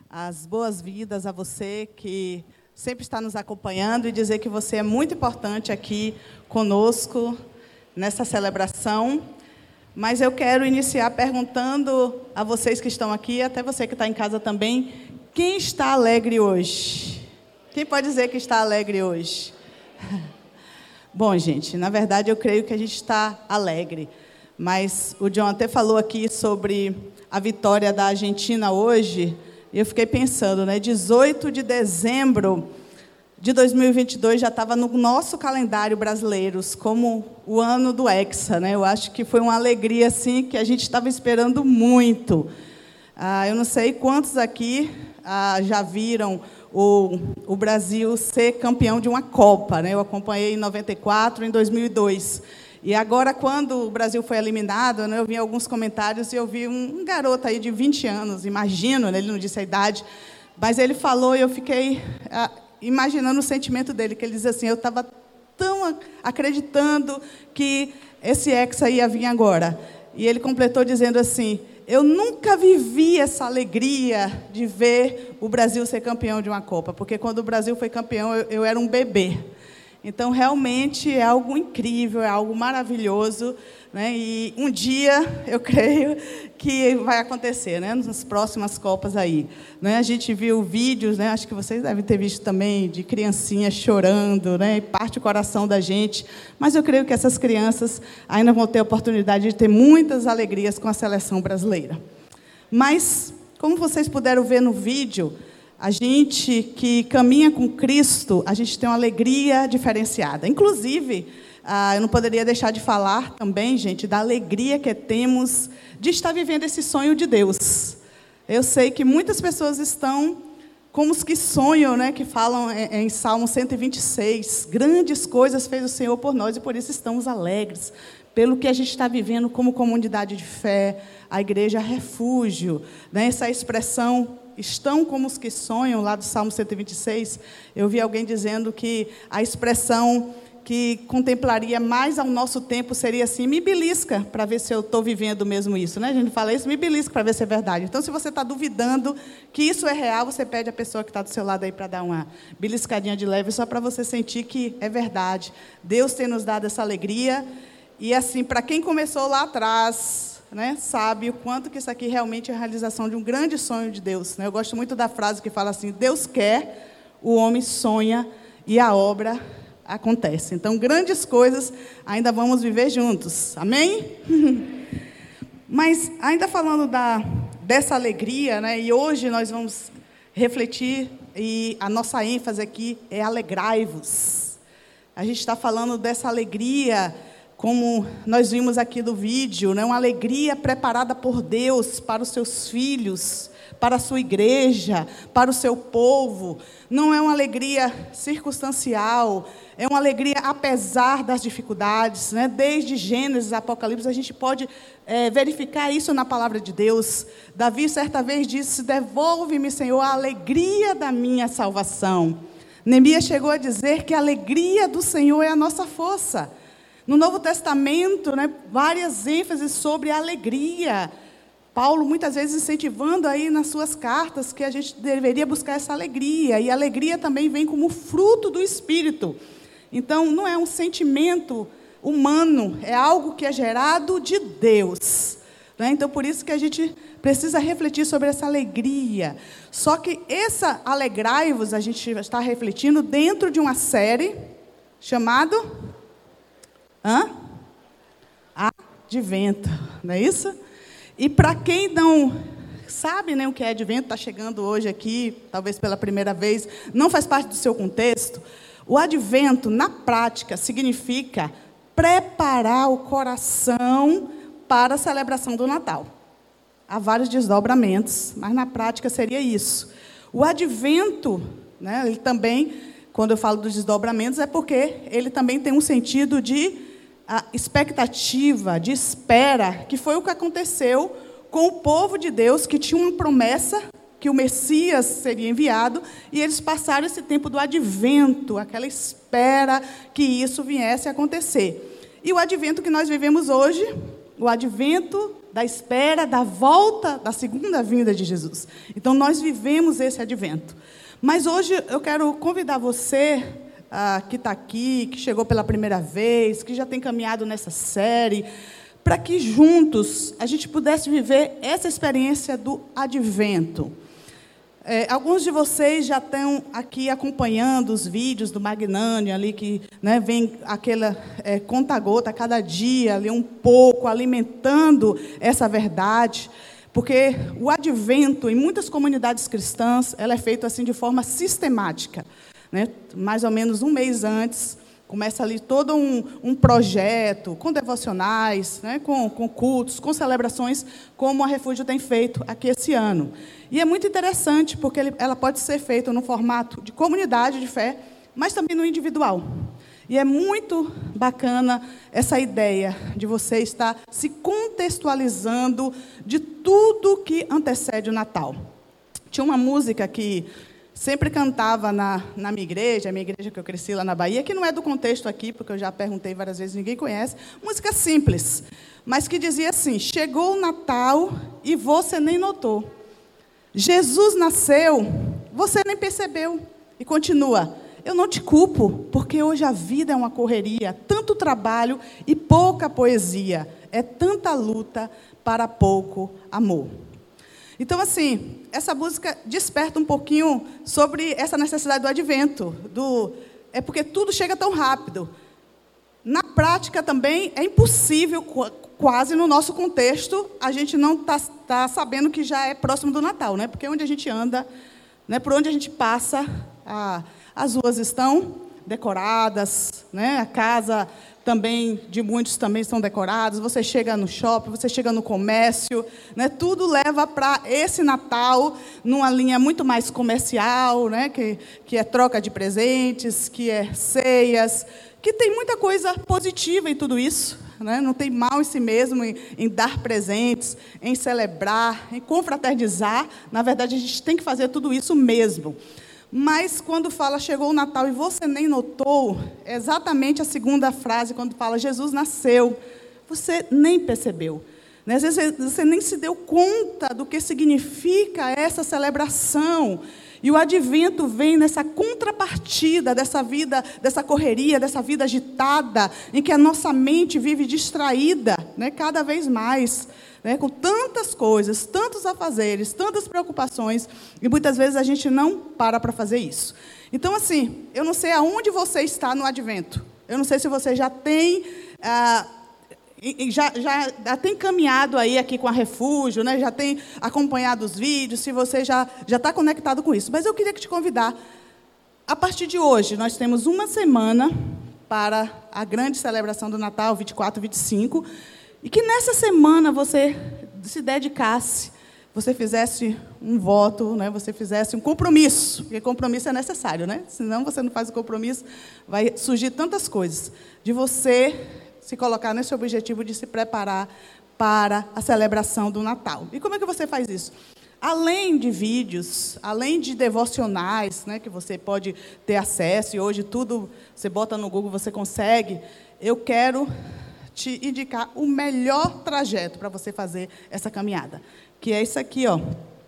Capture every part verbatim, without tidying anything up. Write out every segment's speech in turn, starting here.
as boas-vindas a você que sempre está nos acompanhando e dizer que você é muito importante aqui conosco nessa celebração. Mas eu quero iniciar perguntando a vocês que estão aqui, até você que está em casa também, quem está alegre hoje? Quem pode dizer que está alegre hoje? Bom, gente, na verdade eu creio que a gente está alegre. Mas o John até falou aqui sobre a vitória da Argentina hoje, e eu fiquei pensando, né? dezoito de dezembro de dois mil e vinte e dois já estava no nosso calendário brasileiro, como o ano do Hexa, né? Eu acho que foi uma alegria assim, que a gente estava esperando muito. Ah, eu não sei quantos aqui ah, já viram o, o Brasil ser campeão de uma Copa, né? Eu acompanhei em noventa e quatro, em dois mil e dois. E agora, quando o Brasil foi eliminado, né, eu vi alguns comentários e eu vi um, um garoto aí de vinte anos, imagino, né, ele não disse a idade, mas ele falou e eu fiquei ah, imaginando o sentimento dele, que ele dizia assim, eu estava tão acreditando que esse Hexa ia vir agora. E ele completou dizendo assim, eu nunca vivi essa alegria de ver o Brasil ser campeão de uma Copa, porque quando o Brasil foi campeão, eu, eu era um bebê. Então, realmente, é algo incrível, é algo maravilhoso, né? E um dia, eu creio, que vai acontecer, né? Nas próximas Copas aí. Né? A gente viu vídeos, né? Acho que vocês devem ter visto também, de criancinhas chorando, né? E parte o coração da gente. Mas eu creio que essas crianças ainda vão ter a oportunidade de ter muitas alegrias com a seleção brasileira. Mas, como vocês puderam ver no vídeo, a gente que caminha com Cristo, a gente tem uma alegria diferenciada. Inclusive, ah, eu não poderia deixar de falar também, gente, da alegria que temos de estar vivendo esse sonho de Deus. Eu sei que muitas pessoas estão como os que sonham, né, que falam em, em Salmo cento e vinte e seis, grandes coisas fez o Senhor por nós e por isso estamos alegres, pelo que a gente está vivendo como comunidade de fé, a igreja refúgio, né, essa expressão estão como os que sonham, lá do Salmo cento e vinte e seis, eu vi alguém dizendo que a expressão que contemplaria mais ao nosso tempo seria assim, me belisca para ver se eu estou vivendo mesmo isso. Né? A gente fala isso, me belisca para ver se é verdade. Então, se você está duvidando que isso é real, você pede a pessoa que está do seu lado aí para dar uma beliscadinha de leve, só para você sentir que é verdade. Deus tem nos dado essa alegria. E assim, para quem começou lá atrás, né, sabe o quanto que isso aqui realmente é a realização de um grande sonho de Deus. Né? Eu gosto muito da frase que fala assim, Deus quer, o homem sonha e a obra acontece. Então, grandes coisas ainda vamos viver juntos. Amém? Mas, ainda falando da, dessa alegria, né, e hoje nós vamos refletir, e a nossa ênfase aqui é alegrai-vos. A gente está falando dessa alegria, como nós vimos aqui do vídeo, né? Uma alegria preparada por Deus para os seus filhos, para a sua igreja, para o seu povo. Não é uma alegria circunstancial, é uma alegria apesar das dificuldades. Né? Desde Gênesis, Apocalipse, a gente pode é, verificar isso na palavra de Deus. Davi, certa vez, disse, devolve-me, Senhor, a alegria da minha salvação. Neemias chegou a dizer que a alegria do Senhor é a nossa força. No Novo Testamento, né, várias ênfases sobre a alegria. Paulo, muitas vezes, incentivando aí nas suas cartas que a gente deveria buscar essa alegria. E a alegria também vem como fruto do Espírito. Então, não é um sentimento humano, é algo que é gerado de Deus. Né? Então, por isso que a gente precisa refletir sobre essa alegria. Só que essa alegrai-vos, a gente está refletindo dentro de uma série chamada... Hã? Advento, não é isso? E para quem não sabe, né, o que é Advento, está chegando hoje aqui, talvez pela primeira vez, não faz parte do seu contexto, o Advento, na prática, significa preparar o coração para a celebração do Natal. Há vários desdobramentos, mas na prática seria isso. O Advento, né, ele também, quando eu falo dos desdobramentos, é porque ele também tem um sentido de a expectativa, de espera, que foi o que aconteceu com o povo de Deus, que tinha uma promessa que o Messias seria enviado, e eles passaram esse tempo do advento, aquela espera que isso viesse a acontecer. E o advento que nós vivemos hoje, o advento da espera da volta, da segunda vinda de Jesus. Então, nós vivemos esse advento. Mas hoje eu quero convidar você, ah, que está aqui, que chegou pela primeira vez, que já tem caminhado nessa série, para que juntos a gente pudesse viver essa experiência do advento. É, alguns de vocês já estão aqui acompanhando os vídeos do Magnânio, ali que, né, vem aquela é, conta-gota cada dia, ali um pouco, alimentando essa verdade, porque o advento, em muitas comunidades cristãs, ela é feito assim de forma sistemática, né? Mais ou menos um mês antes, começa ali todo um, um projeto, com devocionais, né, com, com cultos, com celebrações, como a Refúgio tem feito aqui esse ano. E é muito interessante, porque ele, ela pode ser feita no formato de comunidade de fé, mas também no individual. E é muito bacana essa ideia de você estar se contextualizando de tudo que antecede o Natal. Tinha uma música que sempre cantava na, na minha igreja, a minha igreja que eu cresci lá na Bahia, que não é do contexto aqui, porque eu já perguntei várias vezes, ninguém conhece. Música simples, mas que dizia assim: chegou o Natal e você nem notou. Jesus nasceu, você nem percebeu. E continua: eu não te culpo, porque hoje a vida é uma correria, tanto trabalho e pouca poesia. É tanta luta para pouco amor. Então, assim, essa música desperta um pouquinho sobre essa necessidade do advento. Do, é porque tudo chega tão rápido. Na prática, também, é impossível, quase no nosso contexto, a gente não está tá sabendo que já é próximo do Natal, né? Porque onde a gente anda, né, por onde a gente passa, a, as ruas estão decoradas, né? A casa também, de muitos também são decorados, você chega no shopping, você chega no comércio, né, tudo leva para esse Natal, numa linha muito mais comercial, né, que, que é troca de presentes, que é ceias, que tem muita coisa positiva em tudo isso, né, não tem mal em si mesmo em, em dar presentes, em celebrar, em confraternizar. Na verdade, a gente tem que fazer tudo isso mesmo. Mas, quando fala, chegou o Natal e você nem notou, é exatamente a segunda frase, quando fala, Jesus nasceu, você nem percebeu. Né? Às vezes, você nem se deu conta do que significa essa celebração. E o advento vem nessa contrapartida dessa vida, dessa correria, dessa vida agitada, em que a nossa mente vive distraída, né, cada vez mais, né, com tantas coisas, tantos afazeres, tantas preocupações, e muitas vezes a gente não para para fazer isso. Então, assim, eu não sei aonde você está no advento. Eu não sei se você já tem... Ah, Já, já, já tem caminhado aí aqui com a Refúgio, né? Já tem acompanhado os vídeos, se você já já está conectado com isso. Mas eu queria te convidar, a partir de hoje, nós temos uma semana para a grande celebração do Natal, vinte e quatro, vinte e cinco, e que nessa semana você se dedicasse, você fizesse um voto, né? Você fizesse um compromisso, porque compromisso é necessário, né? Senão você não faz o compromisso, vai surgir tantas coisas, de você se colocar nesse objetivo de se preparar para a celebração do Natal. E como é que você faz isso? Além de vídeos, além de devocionais, né, que você pode ter acesso, e hoje tudo, você bota no Google, você consegue, eu quero te indicar o melhor trajeto para você fazer essa caminhada, que é isso aqui, ó,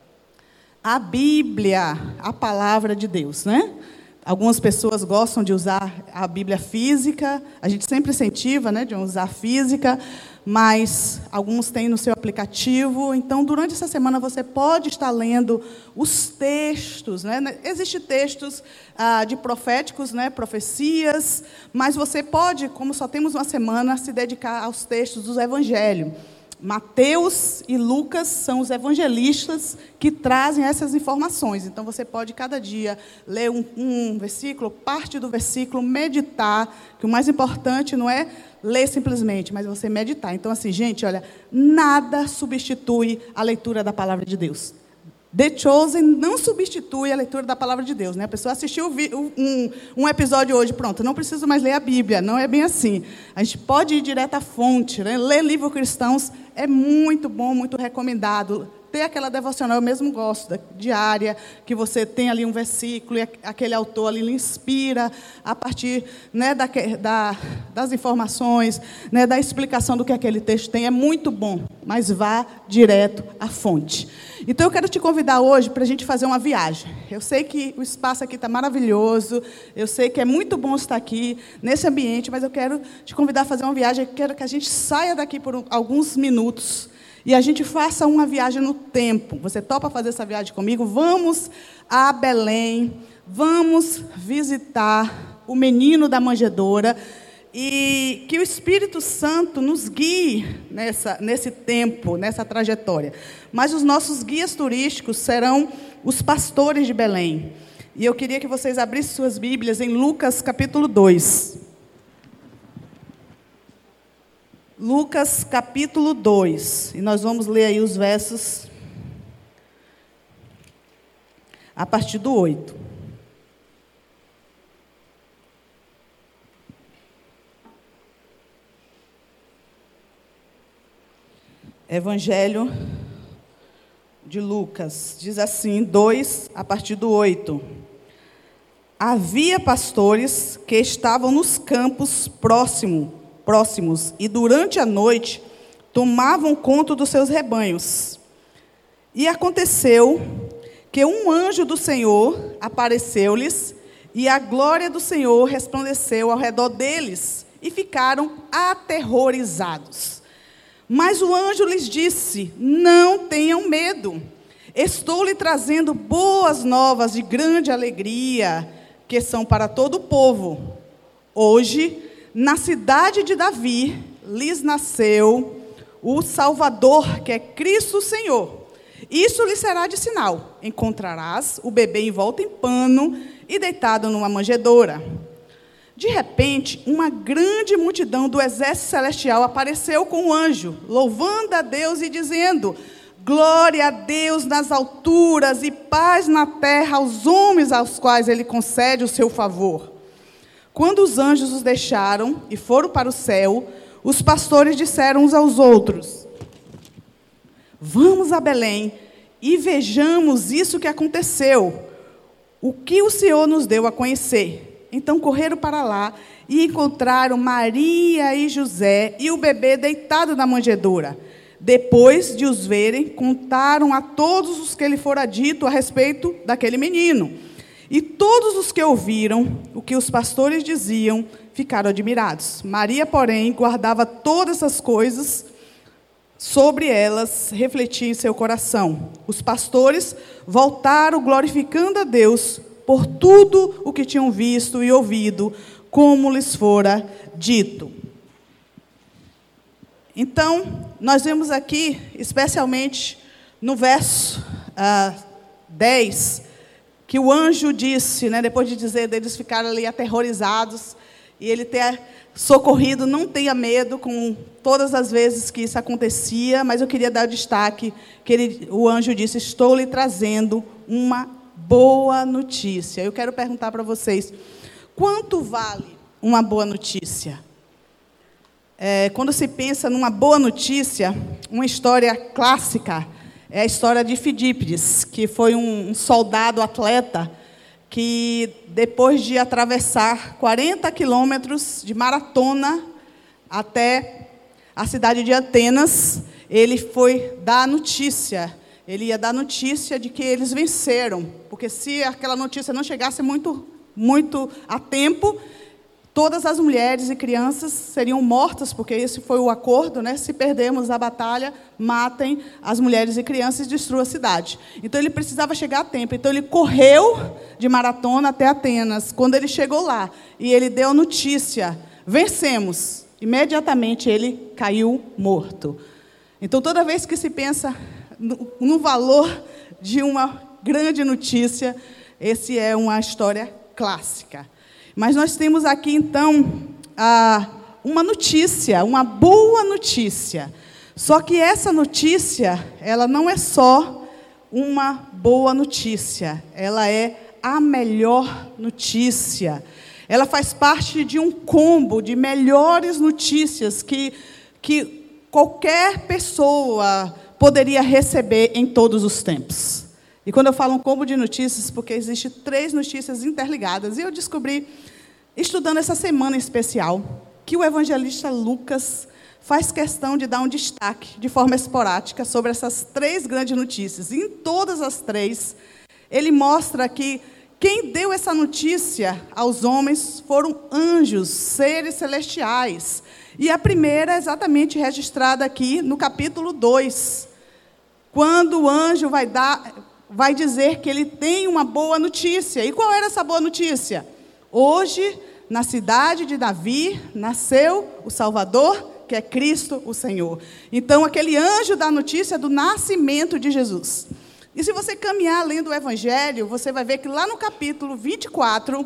a Bíblia, a palavra de Deus, né? Algumas pessoas gostam de usar a Bíblia física, a gente sempre incentiva, né, de usar física, mas alguns têm no seu aplicativo. Então, durante essa semana, você pode estar lendo os textos, né? Existem textos ah, de proféticos, né, profecias, mas você pode, como só temos uma semana, se dedicar aos textos do Evangelho. Mateus e Lucas são os evangelistas que trazem essas informações. Então, você pode, cada dia, ler um, um versículo, parte do versículo, meditar, que o mais importante não é ler simplesmente, mas você meditar. Então, assim, gente, olha, nada substitui a leitura da palavra de Deus. The Chosen não substitui a leitura da palavra de Deus, né? A pessoa assistiu um, um episódio hoje, pronto, não preciso mais ler a Bíblia, não é bem assim. A gente pode ir direto à fonte, né? Ler livros cristãos é muito bom, muito recomendado. ter aquela devocional, eu mesmo gosto, da, diária, que você tem ali um versículo e aquele autor ali lhe inspira a partir, né, da, da, das informações, né, da explicação do que aquele texto tem. É muito bom, mas vá direto à fonte. Então, eu quero te convidar hoje para a gente fazer uma viagem. Eu sei que o espaço aqui está maravilhoso, eu sei que é muito bom estar aqui, nesse ambiente, mas eu quero te convidar a fazer uma viagem, eu quero que a gente saia daqui por um, alguns minutos e a gente faça uma viagem no tempo. Você topa fazer essa viagem comigo? Vamos a Belém, vamos visitar o menino da manjedoura, e que o Espírito Santo nos guie nessa, nesse tempo, nessa trajetória. Mas os nossos guias turísticos serão os pastores de Belém. E eu queria que vocês abrissem suas Bíblias em Lucas capítulo dois. Lucas capítulo dois. E nós vamos ler aí os versos a partir do oito. Evangelho de Lucas, diz assim, dois, a partir do oito. Havia pastores que estavam nos campos próximo, próximos e durante a noite tomavam conta dos seus rebanhos. E aconteceu que um anjo do Senhor apareceu-lhes e a glória do Senhor resplandeceu ao redor deles e ficaram aterrorizados. Mas o anjo lhes disse: não tenham medo, estou lhe trazendo boas novas de grande alegria, que são para todo o povo. Hoje, na cidade de Davi, lhes nasceu o Salvador, que é Cristo o Senhor. Isso lhe será de sinal: encontrarás o bebê envolto em pano e deitado numa manjedoura. De repente, uma grande multidão do exército celestial apareceu com o anjo, louvando a Deus e dizendo: glória a Deus nas alturas e paz na terra aos homens aos quais Ele concede o seu favor. Quando os anjos os deixaram e foram para o céu, os pastores disseram uns aos outros: vamos a Belém e vejamos isso que aconteceu, o que o Senhor nos deu a conhecer. Então correram para lá e encontraram Maria e José e o bebê deitado na manjedoura. Depois de os verem, contaram a todos os que lhe fora dito a respeito daquele menino. E todos os que ouviram o que os pastores diziam ficaram admirados. Maria, porém, guardava todas essas coisas, sobre elas refletia em seu coração. Os pastores voltaram glorificando a Deus por tudo o que tinham visto e ouvido, como lhes fora dito. Então, nós vemos aqui, especialmente no verso ah, dez, que o anjo disse, né, depois de dizer deles ficarem ali aterrorizados, e ele ter socorrido, não tenha medo, com todas as vezes que isso acontecia, mas eu queria dar destaque, que ele, o anjo disse: estou lhe trazendo uma boa notícia. Eu quero perguntar para vocês: quanto vale uma boa notícia? É, quando se pensa numa boa notícia, uma história clássica é a história de Fidípides, que foi um, um soldado atleta que, depois de atravessar quarenta quilômetros de maratona até a cidade de Atenas, ele foi dar a notícia. Ele ia dar notícia de que eles venceram, porque se aquela notícia não chegasse muito, muito a tempo, todas as mulheres e crianças seriam mortas, porque esse foi o acordo, né? Se perdermos a batalha, matem as mulheres e crianças e destruam a cidade. Então, ele precisava chegar a tempo. Então, ele correu de maratona até Atenas. Quando ele chegou lá, e ele deu a notícia: vencemos. Imediatamente, ele caiu morto. Então, toda vez que se pensa no, no valor de uma grande notícia, esse é uma história clássica. Mas nós temos aqui, então, uma notícia, uma boa notícia. Só que essa notícia, ela não é só uma boa notícia, ela é a melhor notícia. Ela faz parte de um combo de melhores notícias que, que qualquer pessoa poderia receber em todos os tempos. E quando eu falo um combo de notícias, porque existem três notícias interligadas, e eu descobri, estudando essa semana em especial, que o evangelista Lucas faz questão de dar um destaque, de forma esporádica, sobre essas três grandes notícias. E em todas as três, ele mostra que quem deu essa notícia aos homens foram anjos, seres celestiais. E a primeira é exatamente registrada aqui no capítulo dois, quando o anjo vai dar... vai dizer que ele tem uma boa notícia. E qual era essa boa notícia? Hoje, na cidade de Davi, nasceu o Salvador, que é Cristo o Senhor. Então, aquele anjo dá a notícia do nascimento de Jesus. E se você caminhar lendo o Evangelho, você vai ver que lá no capítulo vinte e quatro,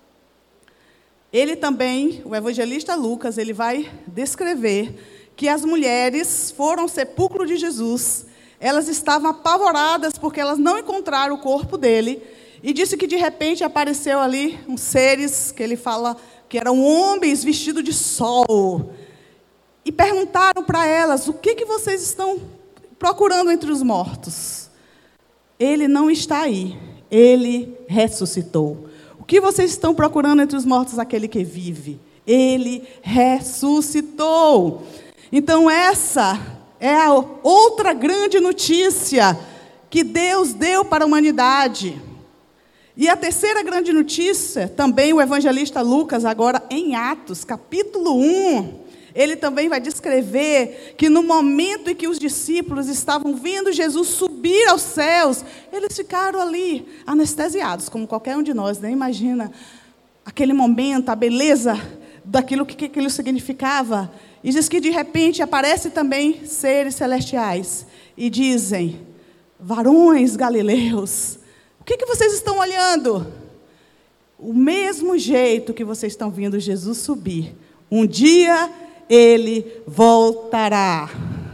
ele também, o evangelista Lucas, ele vai descrever que as mulheres foram ao sepulcro de Jesus. Elas estavam apavoradas porque elas não encontraram o corpo dele. E disse que, de repente, apareceu ali uns seres, que ele fala que eram homens vestidos de sol. E perguntaram para elas, o que, que vocês estão procurando entre os mortos? Ele não está aí, ele ressuscitou. O que vocês estão procurando entre os mortos? Aquele que vive. Ele ressuscitou. Então, essa é a outra grande notícia que Deus deu para a humanidade. E a terceira grande notícia, também o evangelista Lucas, agora em Atos, capítulo um, ele também vai descrever que no momento em que os discípulos estavam vendo Jesus subir aos céus, eles ficaram ali, anestesiados, como qualquer um de nós, né? Imagina aquele momento, a beleza daquilo que, que aquilo significava. E diz que de repente aparecem também seres celestiais e dizem, varões galileus, o que, que vocês estão olhando? O mesmo jeito que vocês estão vendo Jesus subir, um dia ele voltará.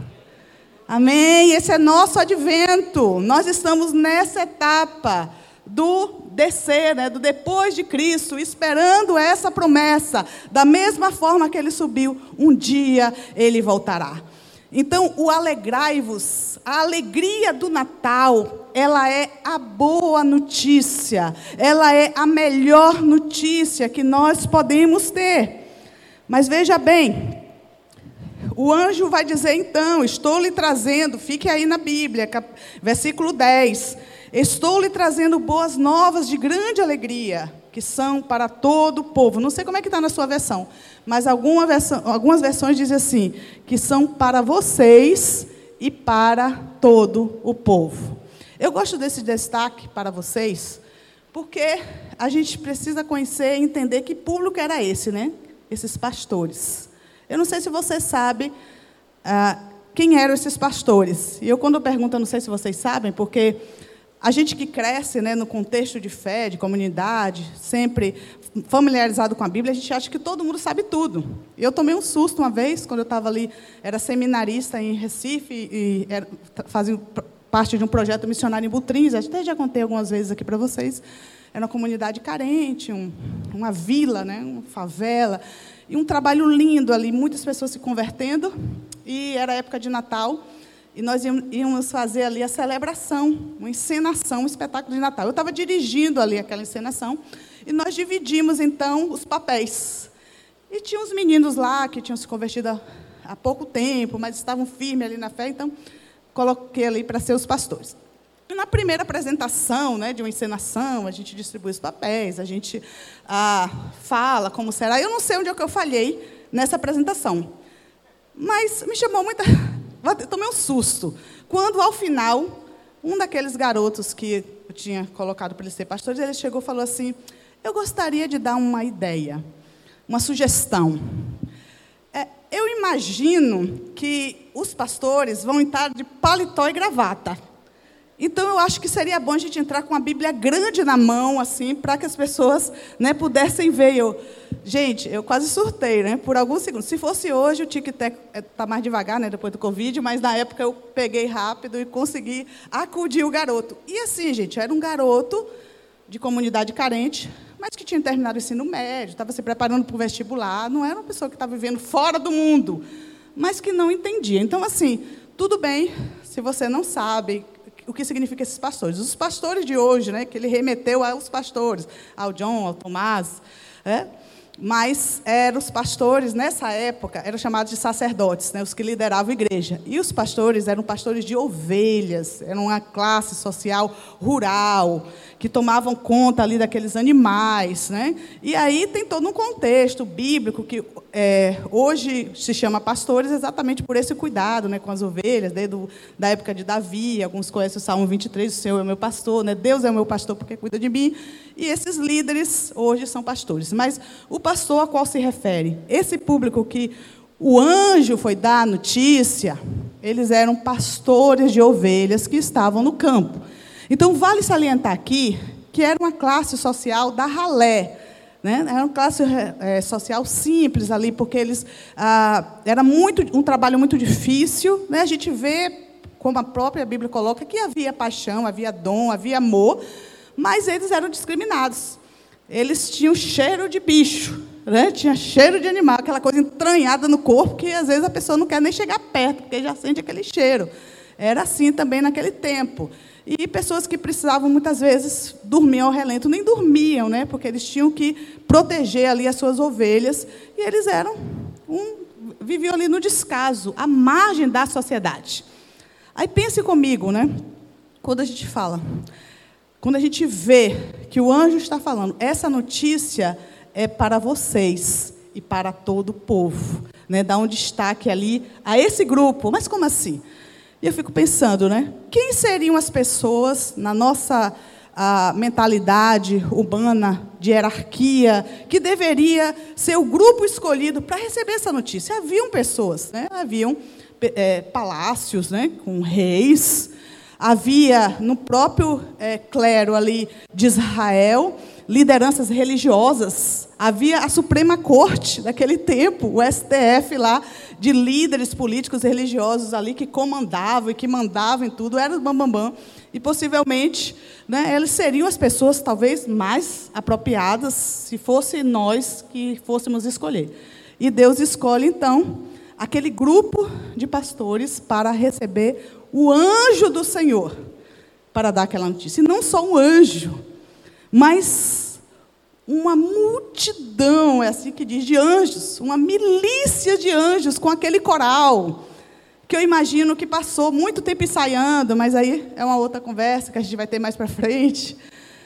Amém? Esse é nosso advento. Nós estamos nessa etapa do descer, né, do depois de Cristo, esperando essa promessa. Da mesma forma que ele subiu, um dia ele voltará. Então, o alegrai-vos, a alegria do Natal, ela é a boa notícia, ela é a melhor notícia que nós podemos ter. Mas veja bem, o anjo vai dizer então, estou lhe trazendo, fique aí na Bíblia, cap, versículo dez, estou lhe trazendo boas novas de grande alegria, que são para todo o povo. Não sei como é que está na sua versão, mas alguma versão, algumas versões dizem assim, que são para vocês e para todo o povo. Eu gosto desse destaque para vocês, porque a gente precisa conhecer e entender que público era esse, né? Esses pastores. Eu não sei se você sabe ah, quem eram esses pastores. E eu, quando eu pergunto, eu não sei se vocês sabem, porque a gente que cresce, né, no contexto de fé, de comunidade, sempre familiarizado com a Bíblia, a gente acha que todo mundo sabe tudo. Eu tomei um susto uma vez, quando eu estava ali, era seminarista em Recife, e era, fazia parte de um projeto missionário em Butrins, até já contei algumas vezes aqui para vocês. Era uma comunidade carente, um, uma vila, né, uma favela, e um trabalho lindo ali, muitas pessoas se convertendo, e era época de Natal, e nós íamos fazer ali a celebração, uma encenação, um espetáculo de Natal. Eu estava dirigindo ali aquela encenação, e nós dividimos, então, os papéis. E tinha uns meninos lá que tinham se convertido há, há pouco tempo, mas estavam firmes ali na fé, então coloquei ali para ser os pastores. E na primeira apresentação, né, de uma encenação, a gente distribui os papéis, a gente ah, fala como será. Eu não sei onde é que eu falhei nessa apresentação, mas me chamou muita... Eu tomei um susto, quando, ao final, um daqueles garotos que eu tinha colocado para ele ser pastor, ele chegou e falou assim, eu gostaria de dar uma ideia, uma sugestão. É, eu imagino que os pastores vão entrar de paletó e gravata. Então, eu acho que seria bom a gente entrar com a Bíblia grande na mão, assim, para que as pessoas, né, pudessem ver. Eu, gente, eu quase surtei, né, por alguns segundos. Se fosse hoje, o tic-tac está mais devagar, né, depois do Covid, mas na época eu peguei rápido e consegui acudir o garoto. E assim, gente, era um garoto de comunidade carente, mas que tinha terminado o ensino médio, estava se preparando para o vestibular, não era uma pessoa que estava vivendo fora do mundo, mas que não entendia. Então, assim, tudo bem, se você não sabe o que significa esses pastores. Os pastores de hoje, né, que ele remeteu aos pastores, ao John, ao Tomás, é? Mas eram os pastores, nessa época, eram chamados de sacerdotes, né, os que lideravam a igreja. E os pastores eram pastores de ovelhas, eram uma classe social rural, que tomavam conta ali daqueles animais, né? E aí tem todo um contexto bíblico que é, hoje se chama pastores exatamente por esse cuidado, né, com as ovelhas, desde o, da época de Davi. Alguns conhecem o Salmo vinte e três, o Senhor é o meu pastor, né? Deus é o meu pastor porque cuida de mim. E esses líderes hoje são pastores. Mas o pastor a qual se refere? Esse público que o anjo foi dar a notícia, eles eram pastores de ovelhas que estavam no campo. Então, vale salientar aqui que era uma classe social da ralé, né? Era uma classe é, social simples ali, porque eles ah, era muito, um trabalho muito difícil, né? A gente vê, como a própria Bíblia coloca, que havia paixão, havia dom, havia amor, mas eles eram discriminados. Eles tinham cheiro de bicho, né? Tinha cheiro de animal, aquela coisa entranhada no corpo, que às vezes a pessoa não quer nem chegar perto, porque já sente aquele cheiro. Era assim também naquele tempo. E pessoas que precisavam, muitas vezes, dormir ao relento, nem dormiam, né? Porque eles tinham que proteger ali as suas ovelhas, e eles eram um, viviam ali no descaso, à margem da sociedade. Aí pense comigo, né? Quando a gente fala, quando a gente vê que o anjo está falando, essa notícia é para vocês e para todo o povo, né? Dá um destaque ali a esse grupo. Mas como assim? E eu fico pensando, né? Quem seriam as pessoas, na nossa a, mentalidade humana, de hierarquia, que deveria ser o grupo escolhido para receber essa notícia? Haviam pessoas, né? Haviam é, palácios, né? Com reis. Havia, no próprio é, clero ali de Israel, lideranças religiosas. Havia a Suprema Corte daquele tempo, o S T F lá, de líderes políticos e religiosos ali que comandavam e que mandavam em tudo, era o bambambam. E, possivelmente, né, eles seriam as pessoas, talvez, mais apropriadas, se fosse nós que fôssemos escolher. E Deus escolhe, então, aquele grupo de pastores para receber o anjo do Senhor, para dar aquela notícia. E não só um anjo, mas uma multidão, é assim que diz, de anjos, uma milícia de anjos com aquele coral, que eu imagino que passou muito tempo ensaiando, mas aí é uma outra conversa que a gente vai ter mais para frente.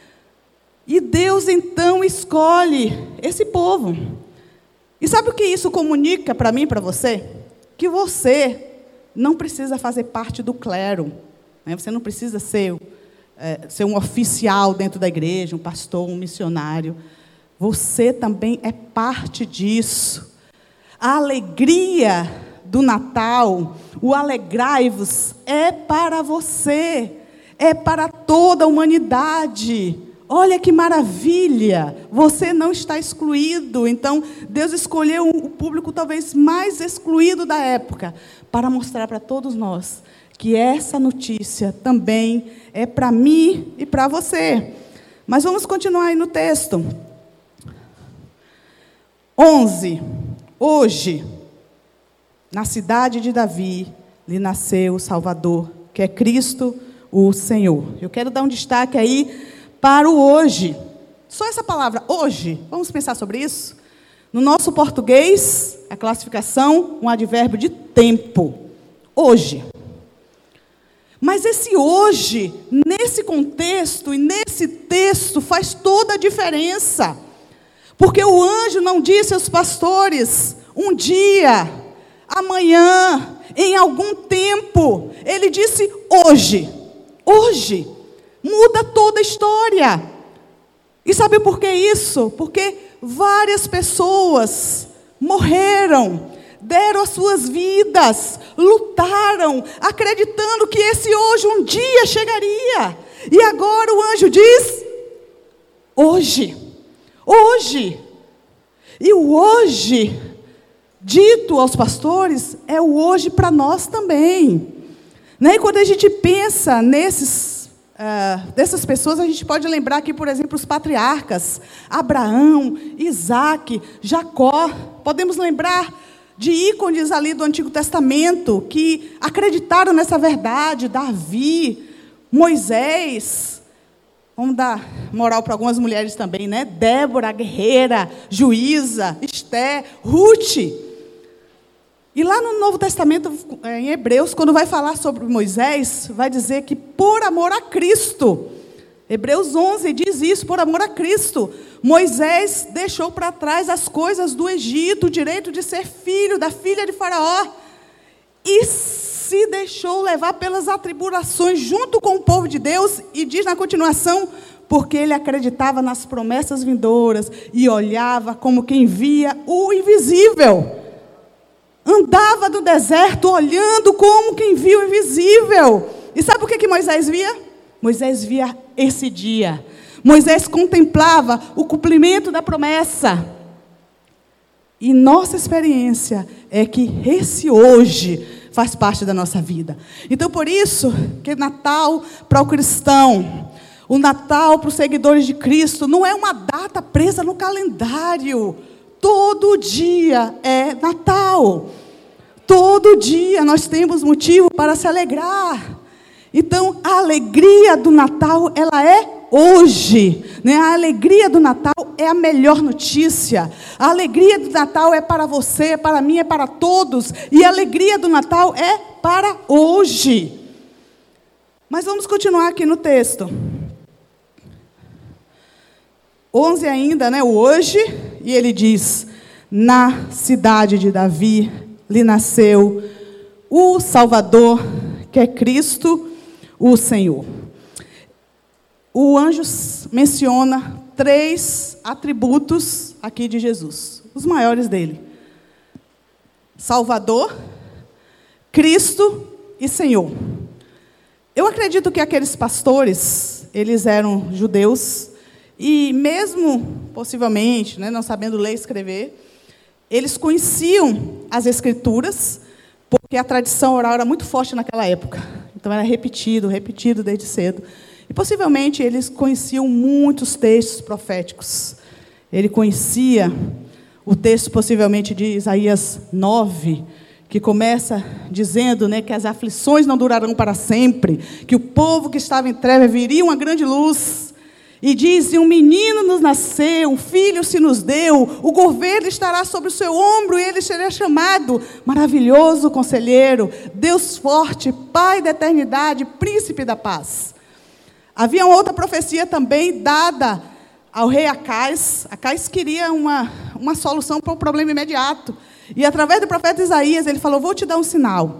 E Deus, então, escolhe esse povo. E sabe o que isso comunica para mim e para você? Que você não precisa fazer parte do clero, né? Você não precisa ser... É, ser um oficial dentro da igreja, um pastor, um missionário. Você também é parte disso. A alegria do Natal, o alegrai-vos, é para você, é para toda a humanidade. Olha que maravilha, você não está excluído. Então, Deus escolheu o público talvez mais excluído da época, para mostrar para todos nós que essa notícia também é para mim e para você. Mas vamos continuar aí no texto. onze. Hoje, na cidade de Davi, lhe nasceu o Salvador, que é Cristo, o Senhor. Eu quero dar um destaque aí para o hoje. Só essa palavra, hoje. Vamos pensar sobre isso? No nosso português, a classificação, um advérbio de tempo. Hoje. Mas esse hoje, nesse contexto e nesse texto, faz toda a diferença. Porque o anjo não disse aos pastores, um dia, amanhã, em algum tempo. Ele disse hoje. Hoje. Muda toda a história. E sabe por que isso? Porque várias pessoas morreram, deram as suas vidas, lutaram, acreditando que esse hoje um dia chegaria. E agora o anjo diz, hoje, hoje. E o hoje, dito aos pastores, é o hoje para nós também. Né? E quando a gente pensa nesses, uh, dessas pessoas, a gente pode lembrar aqui, por exemplo, os patriarcas, Abraão, Isaque, Jacó. Podemos lembrar de ícones ali do Antigo Testamento, que acreditaram nessa verdade. Davi, Moisés, vamos dar moral para algumas mulheres também, né? Débora, guerreira, juíza, Esté, Ruth. E lá no Novo Testamento, em Hebreus, quando vai falar sobre Moisés, vai dizer que por amor a Cristo, Hebreus onze diz isso, por amor a Cristo, Moisés deixou para trás as coisas do Egito, o direito de ser filho da filha de Faraó, e se deixou levar pelas atribulações junto com o povo de Deus, e diz na continuação, porque ele acreditava nas promessas vindouras, e olhava como quem via o invisível. Andava no deserto, olhando como quem via o invisível. E sabe o que, que Moisés via? Moisés via esse dia. Moisés contemplava o cumprimento da promessa. E nossa experiência é que esse hoje faz parte da nossa vida. Então, por isso, que Natal para o cristão, o Natal para os seguidores de Cristo, não é uma data presa no calendário. Todo dia é Natal. Todo dia nós temos motivo para se alegrar. Então, a alegria do Natal, ela é hoje, né? A alegria do Natal é a melhor notícia. A alegria do Natal é para você, é para mim, é para todos. E a alegria do Natal é para hoje. Mas vamos continuar aqui no texto. onze ainda, né? O hoje, e ele diz: na cidade de Davi lhe nasceu o Salvador, que é Cristo, o Senhor. O anjo menciona três atributos aqui de Jesus, os maiores dele: Salvador, Cristo e Senhor. Eu acredito que aqueles pastores, eles eram judeus, e mesmo, possivelmente, né, não sabendo ler e escrever, eles conheciam as Escrituras, porque a tradição oral era muito forte naquela época. Então, era repetido, repetido desde cedo. E, possivelmente, eles conheciam muitos textos proféticos. Ele conhecia o texto, possivelmente, de Isaías nove, que começa dizendo, né, que as aflições não durarão para sempre, que o povo que estava em trevas viria uma grande luz. E diz: um menino nos nasceu, um filho se nos deu, o governo estará sobre o seu ombro, e ele será chamado Maravilhoso Conselheiro, Deus Forte, Pai da Eternidade, Príncipe da Paz. Havia outra profecia também dada ao rei Acais. Acais queria uma, uma solução para o problema imediato. E através do profeta Isaías, ele falou: vou te dar um sinal.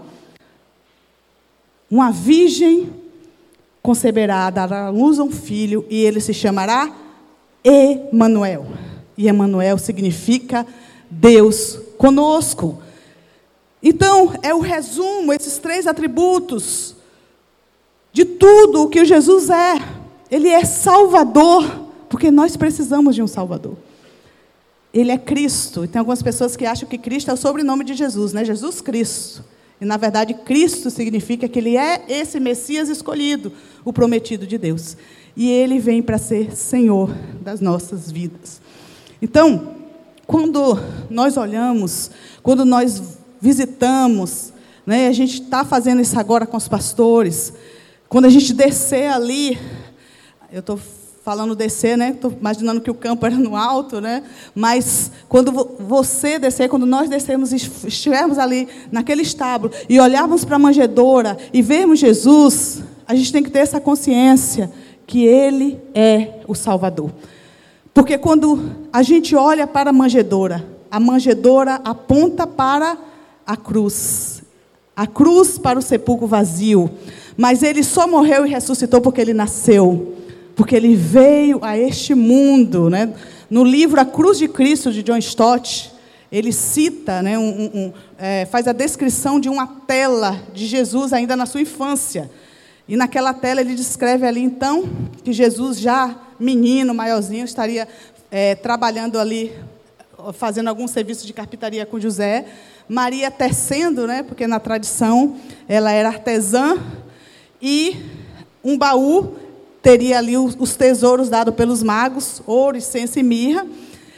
Uma virgem conceberá, dará à luz a um filho, e ele se chamará Emanuel. E Emanuel significa Deus conosco. Então, é o resumo, esses três atributos, de tudo o que Jesus é. Ele é Salvador, porque nós precisamos de um Salvador. Ele é Cristo. E tem algumas pessoas que acham que Cristo é o sobrenome de Jesus, né? Jesus Cristo. E, na verdade, Cristo significa que Ele é esse Messias escolhido, o prometido de Deus. E Ele vem para ser Senhor das nossas vidas. Então, quando nós olhamos, quando nós visitamos, né, a gente está fazendo isso agora com os pastores, quando a gente descer ali, eu estou falando descer, né? Estou imaginando que o campo era no alto, né? Mas quando você descer, quando nós descermos e estivermos ali naquele estábulo e olharmos para a manjedoura e vermos Jesus, a gente tem que ter essa consciência que Ele é o Salvador. Porque quando a gente olha para a manjedoura, a manjedoura aponta para a cruz. A cruz para o sepulcro vazio. Mas Ele só morreu e ressuscitou porque Ele nasceu. Porque Ele veio a este mundo, né? No livro A Cruz de Cristo, de John Stott, ele cita, né, um, um, é, faz a descrição de uma tela de Jesus ainda na sua infância. E naquela tela ele descreve ali, então, que Jesus já menino, maiorzinho, estaria é, trabalhando ali, fazendo algum serviço de carpintaria com José. Maria tecendo, né, porque na tradição ela era artesã, e um baú teria ali os tesouros dados pelos magos, ouro, incenso e mirra.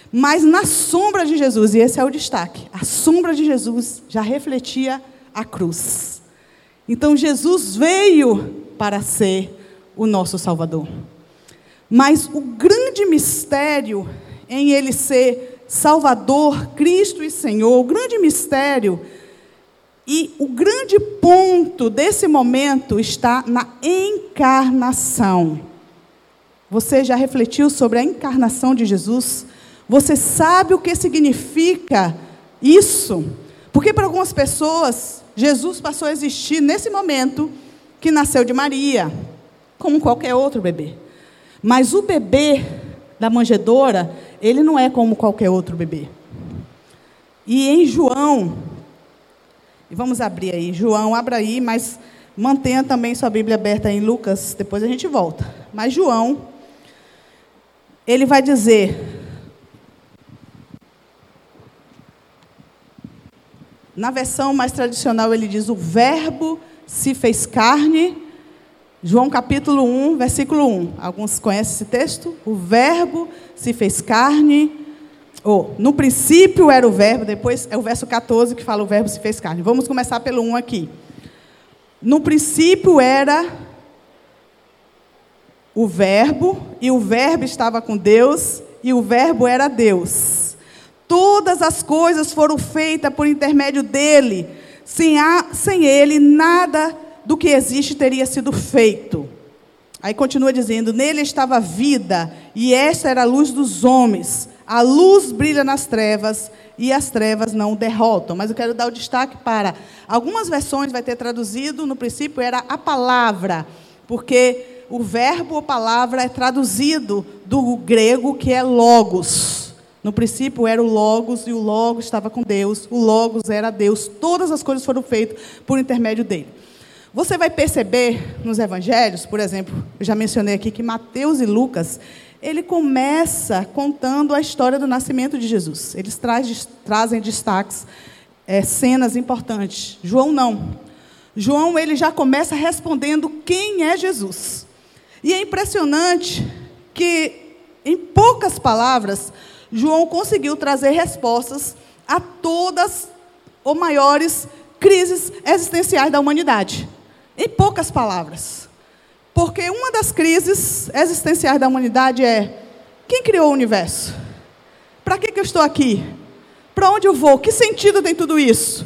mas na sombra de Jesus, e esse é o destaque, a sombra de Jesus já refletia a cruz. Então Jesus veio para ser o nosso Salvador. Mas o grande mistério em ele ser Salvador, Cristo e Senhor, o grande mistério e o grande ponto desse momento está na encarnação. Você já refletiu sobre a encarnação de Jesus? Você sabe o que significa isso? Porque para algumas pessoas, Jesus passou a existir nesse momento que nasceu de Maria, como qualquer outro bebê. Mas o bebê da manjedoura, ele não é como qualquer outro bebê. E em João, e vamos abrir aí, João, abra aí, mas mantenha também sua Bíblia aberta em Lucas, depois a gente volta. Mas João, ele vai dizer, na versão mais tradicional ele diz, o verbo se fez carne. João capítulo um, versículo um. Alguns conhecem esse texto? O verbo se fez carne. Oh, no princípio era o verbo, depois é o verso catorze que fala o verbo se fez carne. Vamos começar pelo um aqui. No princípio era o verbo, e o verbo estava com Deus, e o verbo era Deus. Todas as coisas foram feitas por intermédio dele. Sem, a, sem ele, nada do que existe teria sido feito. Aí continua dizendo, nele estava a vida, e esta era a luz dos homens. A luz brilha nas trevas, e as trevas não o derrotam. Mas eu quero dar o destaque para, algumas versões vai ter traduzido, no princípio era a palavra, porque o verbo ou palavra é traduzido do grego que é logos. No princípio era o Logos, e o Logos estava com Deus, o Logos era Deus, todas as coisas foram feitas por intermédio dele. Você vai perceber nos evangelhos, por exemplo, eu já mencionei aqui que Mateus e Lucas, ele começa contando a história do nascimento de Jesus. Eles traz, trazem destaques, é, cenas importantes. João não. João ele já começa respondendo quem é Jesus. E é impressionante que, em poucas palavras, João conseguiu trazer respostas a todas ou maiores crises existenciais da humanidade. Em poucas palavras. Porque uma das crises existenciais da humanidade é, quem criou o universo? Para que, que eu estou aqui? Para onde eu vou? Que sentido tem tudo isso?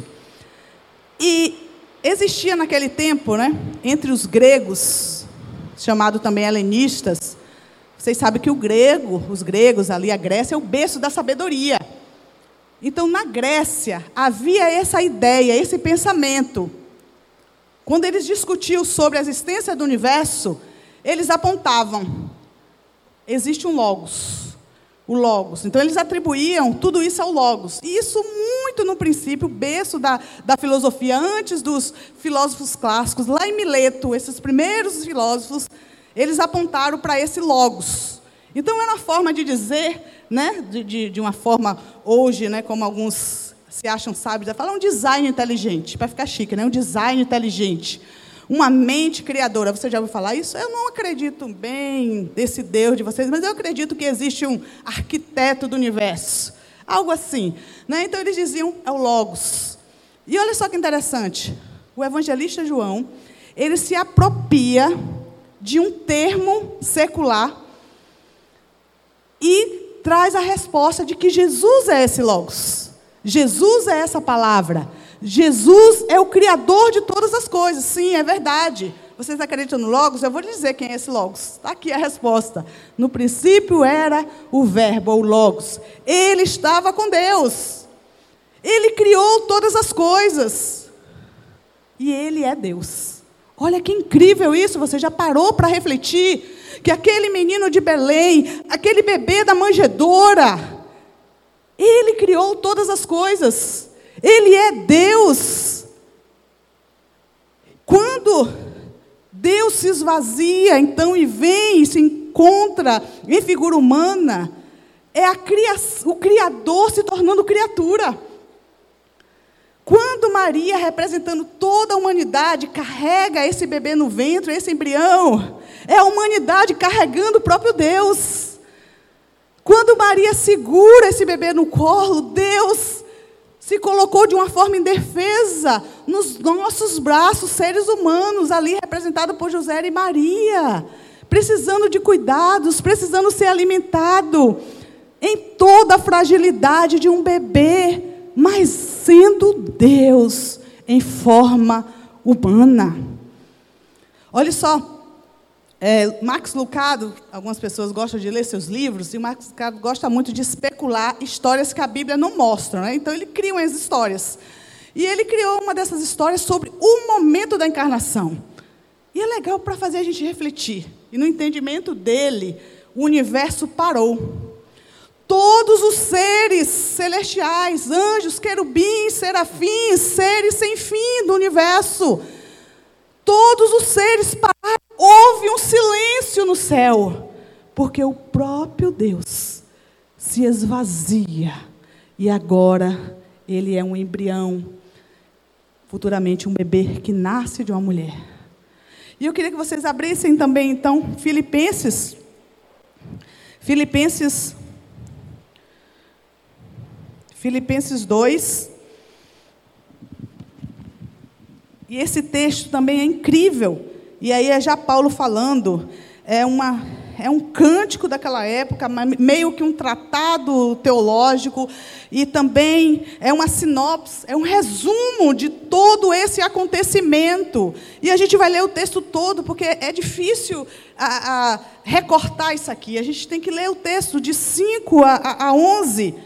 E existia naquele tempo, né, entre os gregos, chamado também helenistas. Vocês sabem que o grego, os gregos ali, a Grécia, é o berço da sabedoria. Então, na Grécia, havia essa ideia, esse pensamento. Quando eles discutiam sobre a existência do universo, eles apontavam, existe um logos, o logos. Então, eles atribuíam tudo isso ao logos. E isso muito no princípio, o berço da, da filosofia, antes dos filósofos clássicos, lá em Mileto, esses primeiros filósofos, eles apontaram para esse logos. Então, era uma forma de dizer, né, de, de, de uma forma, hoje, né, como alguns se acham sábios, falar um design inteligente, para ficar chique, né, um design inteligente, uma mente criadora. Você já ouviu falar isso? Eu não acredito bem desse Deus de vocês, mas eu acredito que existe um arquiteto do universo, algo assim. Né? Então, eles diziam, é o logos. E olha só que interessante, o evangelista João, ele se apropria de um termo secular e traz a resposta de que Jesus é esse logos. Jesus é essa palavra. Jesus é o criador de todas as coisas. Sim, é verdade. Vocês acreditam no logos? Eu vou lhe dizer quem é esse logos. Está aqui a resposta. No princípio era o verbo, ou logos. Ele estava com Deus. Ele criou todas as coisas. E ele é Deus. Olha que incrível isso, você já parou para refletir que aquele menino de Belém, aquele bebê da manjedoura, ele criou todas as coisas, ele é Deus. Quando Deus se esvazia, então, e vem e se encontra em figura humana, é a cria- o Criador se tornando criatura. Quando Maria, representando toda a humanidade, carrega esse bebê no ventre, esse embrião, é a humanidade carregando o próprio Deus. Quando quando Maria segura esse bebê no colo, Deus se colocou de uma forma indefesa nos nossos braços, seres humanos, ali representado por José e Maria, precisando de cuidados, precisando ser alimentado, em toda a fragilidade de um bebê, mas sendo Deus em forma humana. Olha só, é, Max Lucado, algumas pessoas gostam de ler seus livros, e o Max Lucado gosta muito de especular histórias que a Bíblia não mostra, né? Então ele cria umas histórias. E ele criou uma dessas histórias sobre o momento da encarnação. E é legal para fazer a gente refletir. E no entendimento dele, o universo parou. Todos os seres celestiais, anjos, querubins, serafins, seres sem fim do universo, todos os seres pararam. Houve um silêncio no céu, porque o próprio Deus se esvazia, e agora ele é um embrião, futuramente um bebê que nasce de uma mulher. E eu queria que vocês abrissem também, então, Filipenses, Filipenses, Filipenses dois, e esse texto também é incrível. E aí é já Paulo falando, é, uma, é um cântico daquela época, meio que um tratado teológico, e também é uma sinopse, é um resumo de todo esse acontecimento. E a gente vai ler o texto todo, porque é difícil a, a recortar isso aqui. A gente tem que ler o texto de cinco a onze.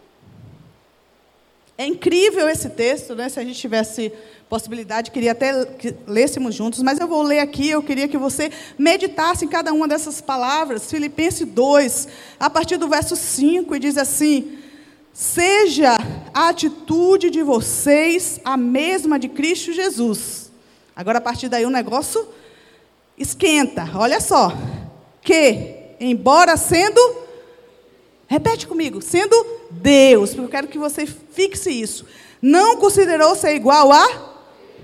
É incrível esse texto, né? Se a gente tivesse possibilidade, queria até que lêssemos juntos, mas eu vou ler aqui, eu queria que você meditasse em cada uma dessas palavras. Filipenses dois, a partir do verso cinco, e diz assim: seja a atitude de vocês a mesma de Cristo Jesus. Agora, a partir daí, o negócio esquenta. Olha só. Que, embora sendo, repete comigo, sendo Deus, porque eu quero que você fixe isso, não considerou ser igual a...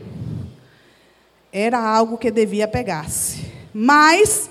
Era algo que devia pegar-se, mas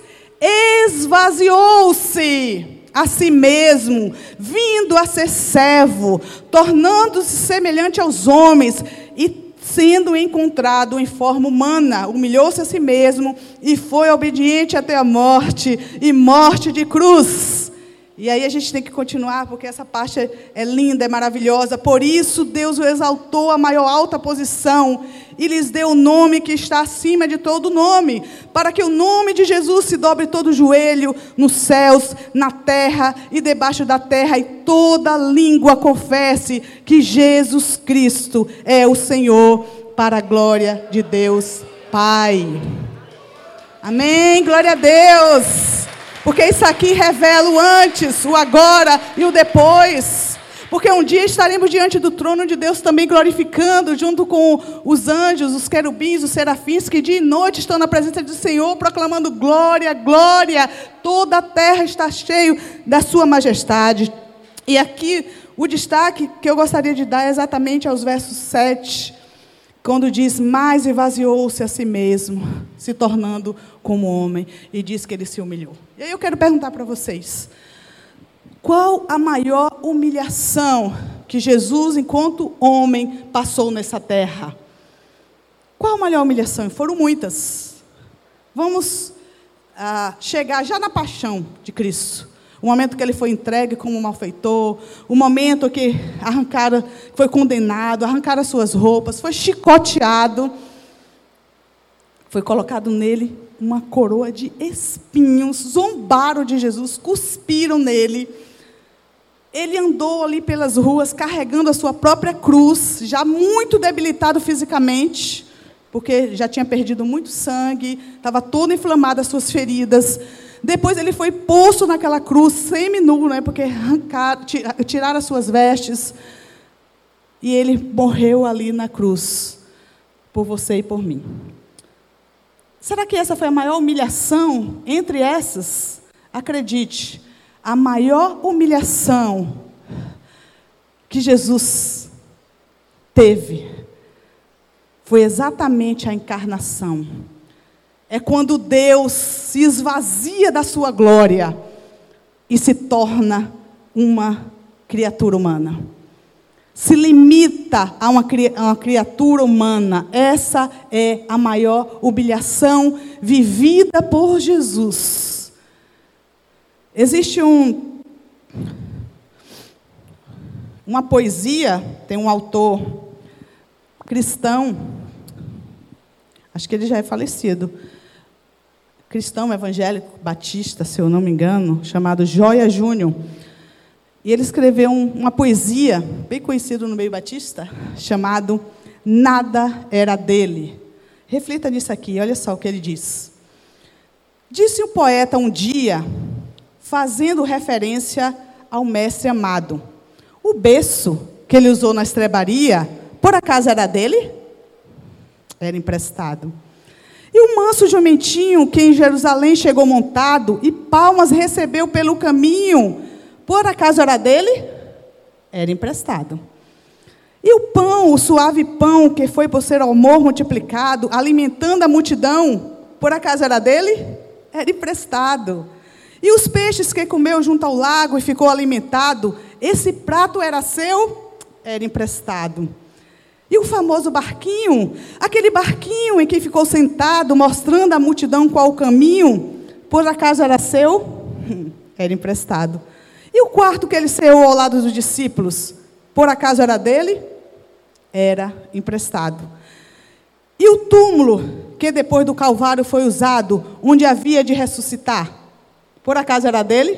esvaziou-se a si mesmo, vindo a ser servo, tornando-se semelhante aos homens, e sendo encontrado em forma humana, humilhou-se a si mesmo, e foi obediente até a morte, e morte de cruz. E aí a gente tem que continuar, porque essa parte é linda, é maravilhosa. Por isso Deus o exaltou à maior alta posição, e lhes deu o nome que está acima de todo nome, para que o nome de Jesus se dobre todo o joelho, nos céus, na terra e debaixo da terra, e toda língua confesse que Jesus Cristo é o Senhor, para a glória de Deus Pai. Amém, glória a Deus. Porque isso aqui revela o antes, o agora e o depois. Porque um dia estaremos diante do trono de Deus também glorificando, junto com os anjos, os querubins, os serafins, que dia e noite estão na presença do Senhor, proclamando glória, glória. Toda a terra está cheia da sua majestade. E aqui o destaque que eu gostaria de dar é exatamente aos versos sete, quando diz: mas esvaziou-se a si mesmo, se tornando como homem, e diz que ele se humilhou. E aí eu quero perguntar para vocês: qual a maior humilhação que Jesus, enquanto homem, passou nessa terra? Qual a maior humilhação? Foram muitas. Vamos ah, chegar já na paixão de Cristo. O momento que ele foi entregue como um malfeitor, o momento que arrancaram, foi condenado, arrancaram as suas roupas, foi chicoteado, foi colocado nele uma coroa de espinhos, zombaram de Jesus, cuspiram nele. Ele andou ali pelas ruas carregando a sua própria cruz, já muito debilitado fisicamente, porque já tinha perdido muito sangue, estava todo inflamado as suas feridas. Depois ele foi posto naquela cruz, semi-nu, né, porque arrancaram, tiraram as suas vestes. E ele morreu ali na cruz, por você e por mim. Será que essa foi a maior humilhação entre essas? Acredite, a maior humilhação que Jesus teve foi exatamente a encarnação. É quando Deus se esvazia da sua glória e se torna uma criatura humana. Se limita a uma, a uma criatura humana. Essa é a maior humilhação vivida por Jesus. Existe um, uma poesia, tem um autor cristão, acho que ele já é falecido, cristão evangélico batista, se eu não me engano, chamado Joia Júnior. E ele escreveu um, uma poesia, bem conhecida no meio batista, chamado Nada Era Dele. Reflita nisso aqui, olha só o que ele diz. Disse o poeta um dia, fazendo referência ao mestre amado: o berço que ele usou na estrebaria, por acaso era dele? Era emprestado. E o manso jumentinho que em Jerusalém chegou montado e palmas recebeu pelo caminho, por acaso era dele? Era emprestado. E o pão, o suave pão que foi por ser amor multiplicado, alimentando a multidão, por acaso era dele? Era emprestado. E os peixes que comeu junto ao lago e ficou alimentado, esse prato era seu? Era emprestado. E o famoso barquinho, aquele barquinho em que ficou sentado, mostrando à multidão qual o caminho, por acaso era seu? Era emprestado. E o quarto que ele ceou ao lado dos discípulos, por acaso era dele? Era emprestado. E o túmulo que depois do Calvário foi usado, onde havia de ressuscitar, por acaso era dele?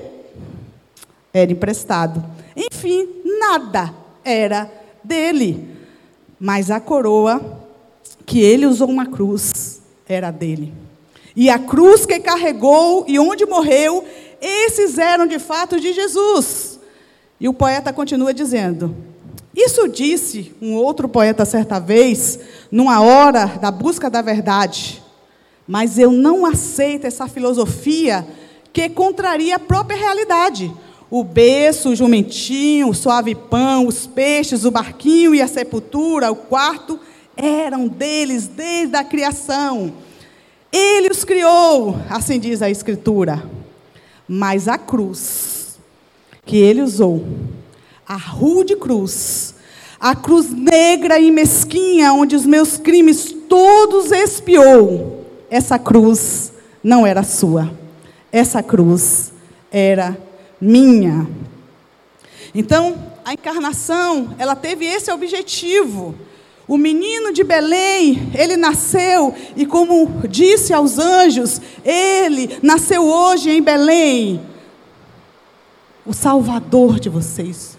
Era emprestado. Enfim, nada era dele. Mas a coroa que ele usou na cruz era dele. E a cruz que carregou e onde morreu, esses eram de fato de Jesus. E o poeta continua dizendo: isso disse um outro poeta certa vez, numa hora da busca da verdade. Mas eu não aceito essa filosofia que contraria a própria realidade. O berço, o jumentinho, o suave pão, os peixes, o barquinho e a sepultura, o quarto, eram deles desde a criação. Ele os criou, assim diz a Escritura. Mas a cruz que ele usou, a rude cruz, a cruz negra e mesquinha, onde os meus crimes todos expiou, essa cruz não era sua. Essa cruz era minha. Então, a encarnação, ela teve esse objetivo. O menino de Belém, ele nasceu, e como disse aos anjos, ele nasceu hoje em Belém, o Salvador de vocês.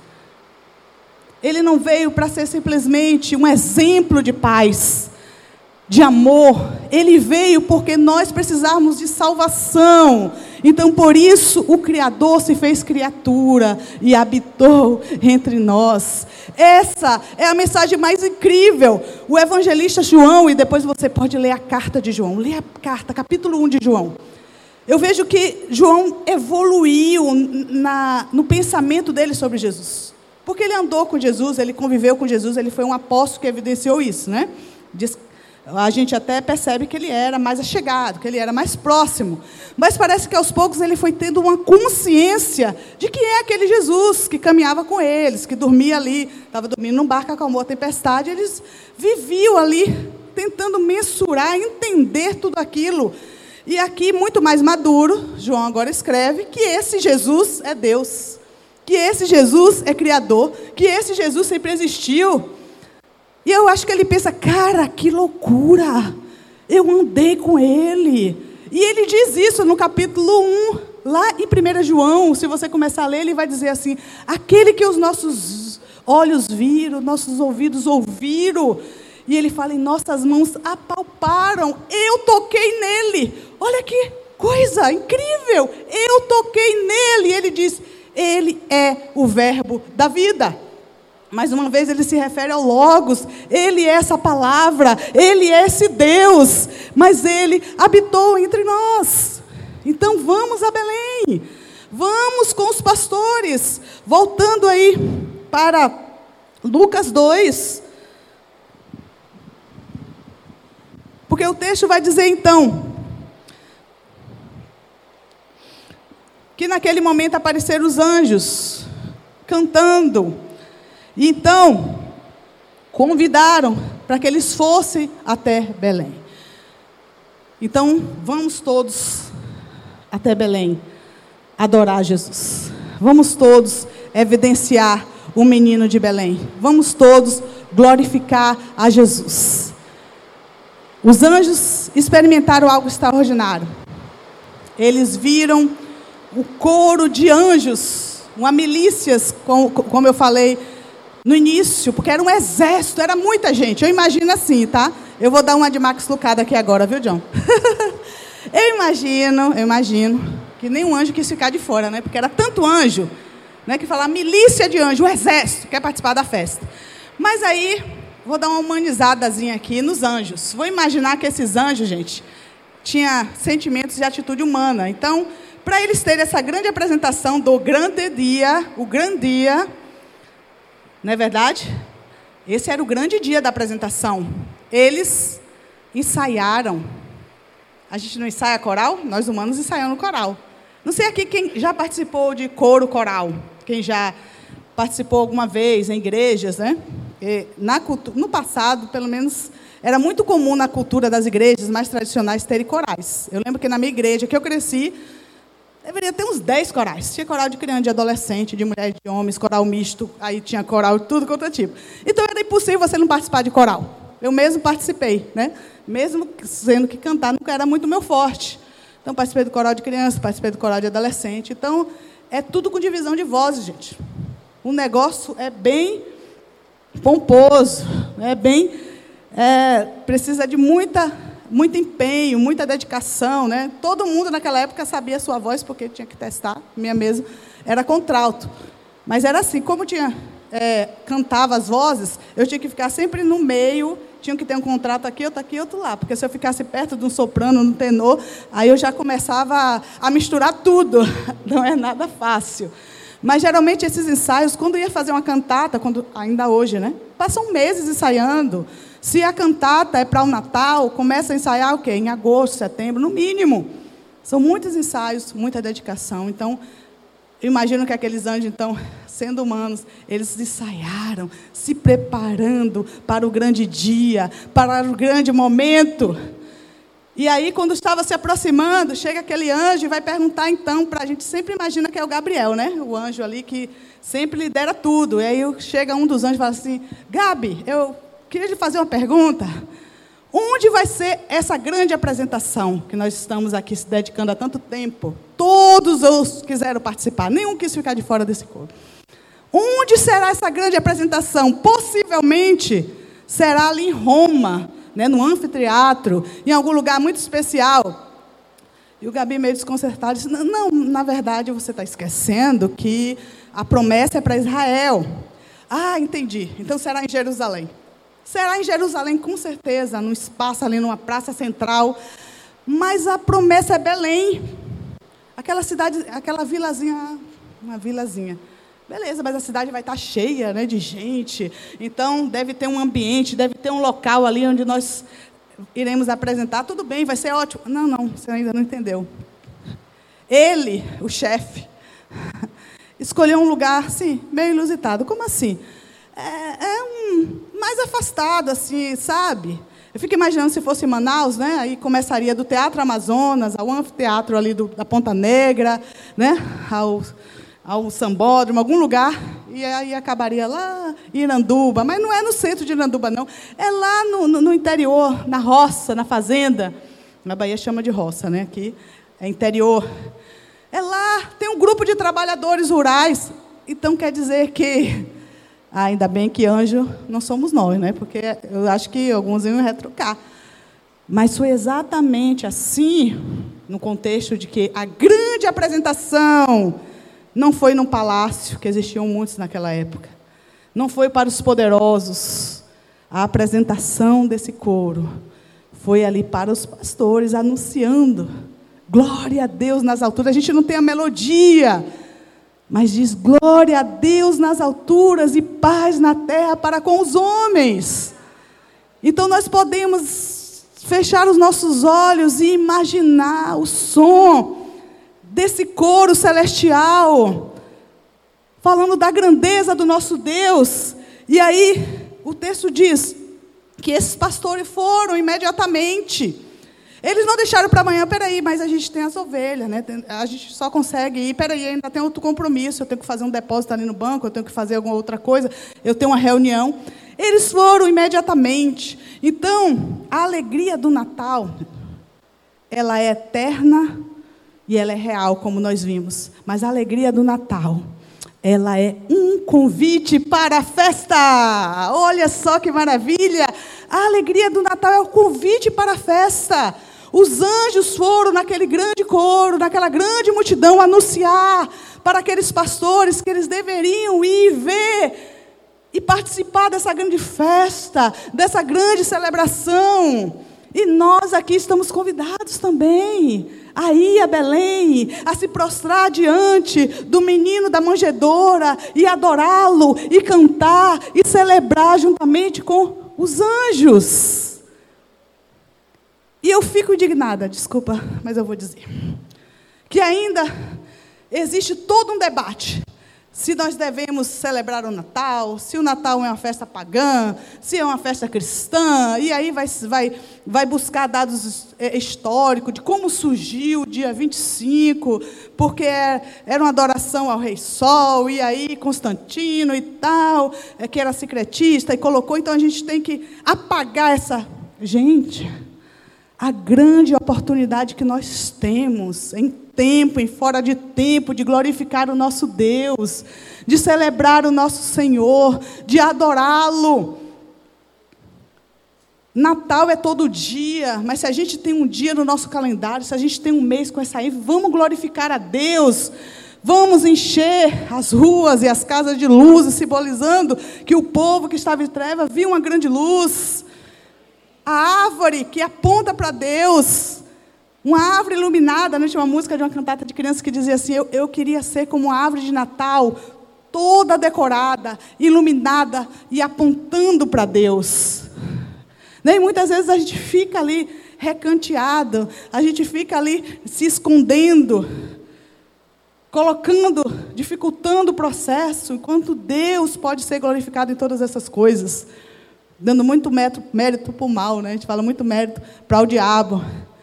Ele não veio para ser simplesmente um exemplo de paz, de amor. Ele veio porque nós precisávamos de salvação. Então, por isso, o Criador se fez criatura e habitou entre nós. Essa é a mensagem mais incrível. O evangelista João, e depois você pode ler a carta de João. Lê a carta, capítulo um de João. Eu vejo que João evoluiu na, no pensamento dele sobre Jesus. Porque ele andou com Jesus, ele conviveu com Jesus, ele foi um apóstolo que evidenciou isso, né? Diz, a gente até percebe que ele era mais achegado, que ele era mais próximo. Mas parece que aos poucos ele foi tendo uma consciência de quem é aquele Jesus que caminhava com eles, que dormia ali, estava dormindo num barco, acalmou a tempestade. Eles viviam ali, tentando mensurar, entender tudo aquilo. E aqui, muito mais maduro, João agora escreve que esse Jesus é Deus, que esse Jesus é Criador, que esse Jesus sempre existiu. E eu acho que ele pensa, cara, que loucura, eu andei com ele. E ele diz isso no capítulo um, lá em primeiro João, se você começar a ler, ele vai dizer assim, aquele que os nossos olhos viram, nossos ouvidos ouviram, e ele fala, em nossas mãos apalparam, eu toquei nele. Olha que coisa incrível, eu toquei nele. E ele diz, ele é o verbo da vida. Mais uma vez ele se refere ao Logos, ele é essa palavra, ele é esse Deus, mas ele habitou entre nós. Então vamos a Belém, vamos com os pastores, voltando aí para Lucas dois, porque o texto vai dizer então, que naquele momento apareceram os anjos, cantando. E então, convidaram para que eles fossem até Belém. Então, vamos todos até Belém adorar Jesus. Vamos todos evidenciar o menino de Belém. Vamos todos glorificar a Jesus. Os anjos experimentaram algo extraordinário. Eles viram o coro de anjos, uma milícias, como eu falei no início, porque era um exército, era muita gente. Eu imagino assim, tá? Eu vou dar uma de Max Lucado aqui agora, viu, John? eu imagino, eu imagino, que nenhum anjo quis ficar de fora, né? Porque era tanto anjo, né? Que falar milícia de anjo, o exército, quer participar da festa. Mas aí, vou dar uma humanizadazinha aqui nos anjos. Vou imaginar que esses anjos, gente, tinham sentimentos de atitude humana. Então, para eles terem essa grande apresentação do grande dia, o grande dia, não é verdade? Esse era o grande dia da apresentação. Eles ensaiaram. A gente não ensaia coral? Nós humanos ensaiamos no coral. Não sei aqui quem já participou de coro coral. Quem já participou alguma vez em igrejas, né? E na cultura, no passado, pelo menos, era muito comum na cultura das igrejas mais tradicionais terem corais. Eu lembro que na minha igreja, que eu cresci, deveria ter uns dez corais. Tinha coral de criança, de adolescente, de mulher, de homens, coral misto, aí tinha coral de tudo quanto é tipo. Então, era impossível você não participar de coral. Eu mesmo participei, né? Mesmo sendo que cantar nunca era muito meu forte. Então, participei do coral de criança, participei do coral de adolescente. Então, é tudo com divisão de vozes, gente. O negócio é bem pomposo, é bem... É, precisa de muita... muito empenho, muita dedicação, né? Todo mundo naquela época sabia a sua voz, porque tinha que testar, minha mesmo, era contralto. Mas era assim, como tinha, é, cantava as vozes, eu tinha que ficar sempre no meio, tinha que ter um contrato aqui, outro aqui, outro lá, porque se eu ficasse perto de um soprano, de um tenor, aí eu já começava a, a misturar tudo, não é nada fácil. Mas, geralmente, esses ensaios, quando ia fazer uma cantata, quando, ainda hoje, né? Passam meses ensaiando. Se a cantata é para o Natal, começa a ensaiar o quê? Em agosto, setembro, no mínimo. São muitos ensaios, muita dedicação. Então, eu imagino que aqueles anjos, então, sendo humanos, eles ensaiaram, se preparando para o grande dia, para o grande momento. E aí, quando estava se aproximando, chega aquele anjo e vai perguntar, então, para a gente sempre imagina que é o Gabriel, né? O anjo ali que sempre lidera tudo. E aí chega um dos anjos e fala assim, Gabi, eu queria lhe fazer uma pergunta. Onde vai ser essa grande apresentação que nós estamos aqui se dedicando há tanto tempo? Todos os quiseram participar, nenhum quis ficar de fora desse coro. Onde será essa grande apresentação? Possivelmente será ali em Roma, né, no anfiteatro, em algum lugar muito especial. E o Gabi, meio desconcertado, disse, não, não, na verdade, você está esquecendo que a promessa é para Israel. Ah, entendi. Então será em Jerusalém. Será em Jerusalém, com certeza, num espaço ali, numa praça central. Mas a promessa é Belém. Aquela cidade, aquela vilazinha, uma vilazinha. Beleza, mas a cidade vai estar cheia, né, de gente. Então, deve ter um ambiente, deve ter um local ali onde nós iremos apresentar. Tudo bem, vai ser ótimo. Não, não, você ainda não entendeu. Ele, o chefe, escolheu um lugar, assim, meio inusitado. Como assim? É, é um mais afastado, assim, sabe? Eu fico imaginando se fosse em Manaus, né? Aí começaria do Teatro Amazonas, ao anfiteatro ali do, da Ponta Negra, né? Ao... ao Sambódromo, algum lugar, e aí acabaria lá em Iranduba, mas não é no centro de Iranduba, não, é lá no, no, no interior, na roça, na fazenda, na Bahia chama de roça, né? Aqui é interior, é lá, tem um grupo de trabalhadores rurais, então quer dizer que, ah, ainda bem que anjo não somos nós, né? Porque eu acho que alguns iam retrucar, mas foi exatamente assim, no contexto de que a grande apresentação não foi num palácio, que existiam muitos naquela época. Não foi para os poderosos. A apresentação desse coro foi ali para os pastores, anunciando. Glória a Deus nas alturas. A gente não tem a melodia, mas diz glória a Deus nas alturas e paz na terra para com os homens. Então, nós podemos fechar os nossos olhos e imaginar o som desse coro celestial, falando da grandeza do nosso Deus. E aí, o texto diz que esses pastores foram imediatamente. Eles não deixaram para amanhã, peraí, mas a gente tem as ovelhas, né? A gente só consegue ir, peraí, ainda tem outro compromisso, eu tenho que fazer um depósito ali no banco, eu tenho que fazer alguma outra coisa, eu tenho uma reunião. Eles foram imediatamente. Então, a alegria do Natal, ela é eterna e ela é real, como nós vimos. Mas a alegria do Natal, ela é um convite para a festa. Olha só que maravilha! A alegria do Natal é o convite para a festa. Os anjos foram naquele grande coro, naquela grande multidão, anunciar para aqueles pastores que eles deveriam ir ver e participar dessa grande festa, dessa grande celebração. E nós aqui estamos convidados também a ir a Belém, a se prostrar diante do menino da manjedoura e adorá-lo, e cantar, e celebrar juntamente com os anjos. E eu fico indignada, desculpa, mas eu vou dizer, que ainda existe todo um debate, se nós devemos celebrar o Natal, se o Natal é uma festa pagã, se é uma festa cristã, e aí vai, vai, vai buscar dados é, históricos de como surgiu o dia vinte e cinco, porque é, era uma adoração ao Rei Sol, e aí Constantino e tal, é, que era secretista, e colocou, então a gente tem que apagar essa... Gente, a grande oportunidade que nós temos em tempo, em fora de tempo, de glorificar o nosso Deus, de celebrar o nosso Senhor, de adorá-lo. Natal é todo dia, mas se a gente tem um dia no nosso calendário, se a gente tem um mês com essa ênfase, vamos glorificar a Deus, vamos encher as ruas e as casas de luz, simbolizando que o povo que estava em trevas viu uma grande luz. A árvore que aponta para Deus, uma árvore iluminada, né? Tinha uma música de uma cantata de criança que dizia assim, eu, eu queria ser como uma árvore de Natal, toda decorada, iluminada e apontando para Deus. E muitas vezes a gente fica ali recanteado, a gente fica ali se escondendo, colocando, dificultando o processo, enquanto Deus pode ser glorificado em todas essas coisas. Dando muito mérito, mérito para o mal, né? A gente fala muito mérito para o diabo.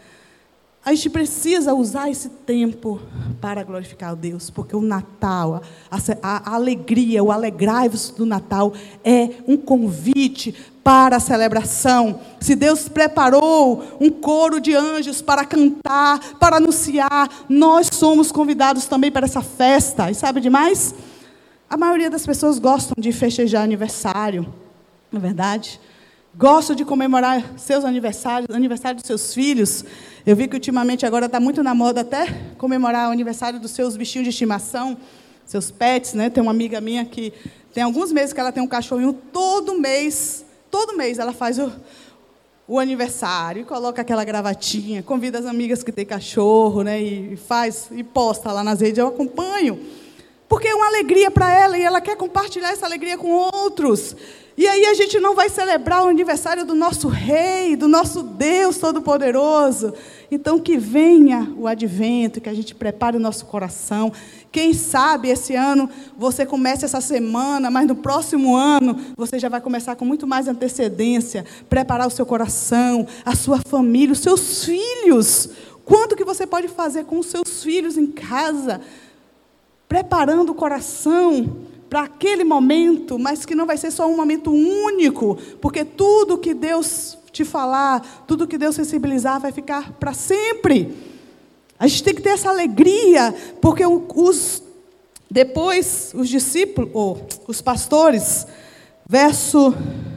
A gente precisa usar esse tempo para glorificar a Deus, porque o Natal, a, a, a alegria, o alegrai-vos do Natal é um convite para a celebração. Se Deus preparou um coro de anjos para cantar, para anunciar, nós somos convidados também para essa festa. E sabe demais? A maioria das pessoas gostam de festejar aniversário, não é verdade? Gostam de comemorar seus aniversários, aniversário dos seus filhos. Eu vi que ultimamente agora está muito na moda até comemorar o aniversário dos seus bichinhos de estimação, seus pets, né? Tem uma amiga minha que tem alguns meses que ela tem um cachorrinho, todo mês, todo mês ela faz o, o aniversário, e coloca aquela gravatinha, convida as amigas que têm cachorro, né? E faz, e posta lá nas redes, eu acompanho. Porque é uma alegria para ela, e ela quer compartilhar essa alegria com outros. E aí a gente não vai celebrar o aniversário do nosso Rei, do nosso Deus Todo-Poderoso. Então, que venha o advento, que a gente prepare o nosso coração. Quem sabe esse ano você comece essa semana, mas no próximo ano você já vai começar com muito mais antecedência, preparar o seu coração, a sua família, os seus filhos. Quanto que você pode fazer com os seus filhos em casa, preparando o coração para aquele momento, mas que não vai ser só um momento único, porque tudo que Deus te falar, tudo que Deus sensibilizar, vai ficar para sempre. A gente tem que ter essa alegria, porque os, depois os discípulos, ou os pastores, verso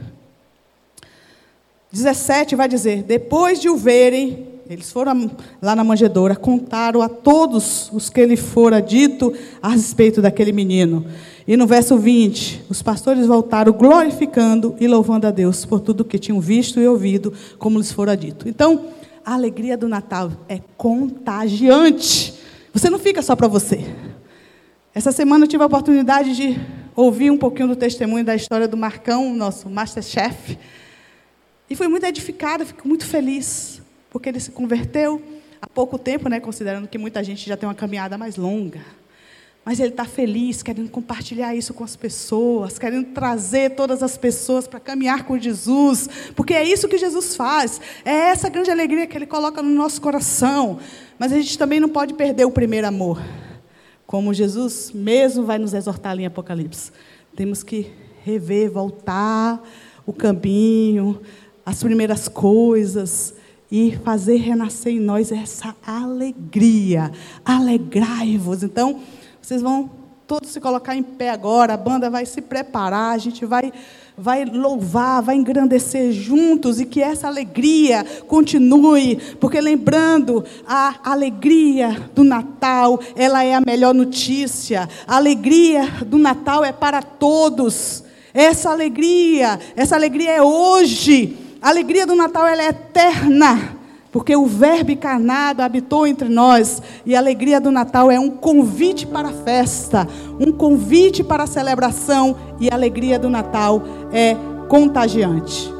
dezessete vai dizer, depois de o verem, eles foram lá na manjedoura, contaram a todos os que lhe fora dito a respeito daquele menino. E no verso vinte, os pastores voltaram glorificando e louvando a Deus por tudo que tinham visto e ouvido, como lhes fora dito. Então, a alegria do Natal é contagiante. Você não fica só para você. Essa semana eu tive a oportunidade de ouvir um pouquinho do testemunho da história do Marcão, nosso Masterchef. E fui muito edificada, fico muito feliz, porque ele se converteu há pouco tempo, né, considerando que muita gente já tem uma caminhada mais longa. Mas Ele está feliz, querendo compartilhar isso com as pessoas, querendo trazer todas as pessoas para caminhar com Jesus, porque é isso que Jesus faz, é essa grande alegria que Ele coloca no nosso coração. Mas a gente também não pode perder o primeiro amor, como Jesus mesmo vai nos exortar ali em Apocalipse. Temos que rever, voltar o caminho, as primeiras coisas, e fazer renascer em nós essa alegria. Alegrai-vos. Então, vocês vão todos se colocar em pé agora, a banda vai se preparar, a gente vai, vai louvar, vai engrandecer juntos, e que essa alegria continue, porque lembrando, a alegria do Natal, ela é a melhor notícia. A alegria do Natal é para todos. Essa alegria, essa alegria é hoje. A alegria do Natal, ela é eterna, porque o Verbo encarnado habitou entre nós, e a alegria do Natal é um convite para a festa, um convite para a celebração, e a alegria do Natal é contagiante.